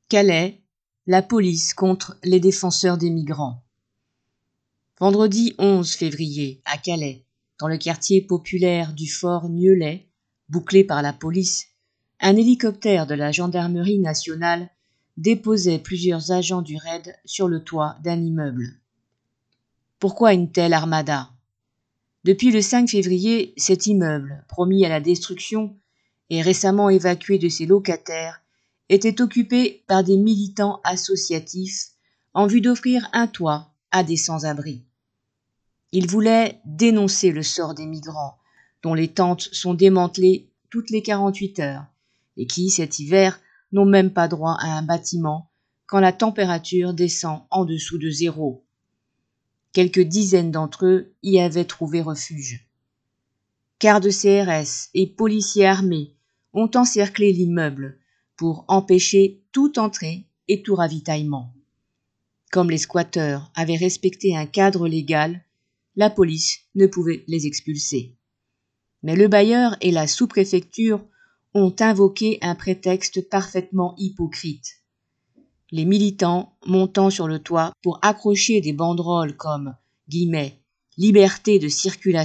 Calais, la police contre les défenseurs des migrants. Vendredi 11 février, à Calais, dans le quartier populaire du Fort Nieulais, bouclé par la police, un hélicoptère de la gendarmerie nationale déposait plusieurs agents du RAID sur le toit d'un immeuble. Pourquoi une telle armada ? Depuis le 5 février, cet immeuble, promis à la destruction et récemment évacué de ses locataires, était occupé par des militants associatifs en vue d'offrir un toit à des sans-abri. Ils voulaient dénoncer le sort des migrants, dont les tentes sont démantelées toutes les 48 heures et qui, cet hiver, n'ont même pas droit à un bâtiment quand la température descend en dessous de 0. Quelques dizaines d'entre eux y avaient trouvé refuge. Quarts de CRS et policiers armés ont encerclé l'immeuble pour empêcher toute entrée et tout ravitaillement. Comme les squatteurs avaient respecté un cadre légal, la police ne pouvait les expulser. Mais le bailleur et la sous-préfecture ont invoqué un prétexte parfaitement hypocrite. Les militants montant sur le toit pour accrocher des banderoles comme « liberté de circulation »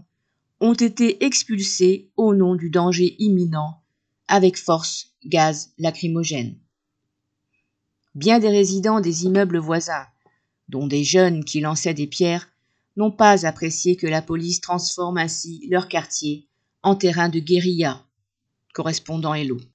ont été expulsés au nom du danger imminent avec force gaz lacrymogène. Bien des résidents des immeubles voisins, dont des jeunes qui lançaient des pierres, n'ont pas apprécié que la police transforme ainsi leur quartier en terrain de guérilla. Correspondant Hello.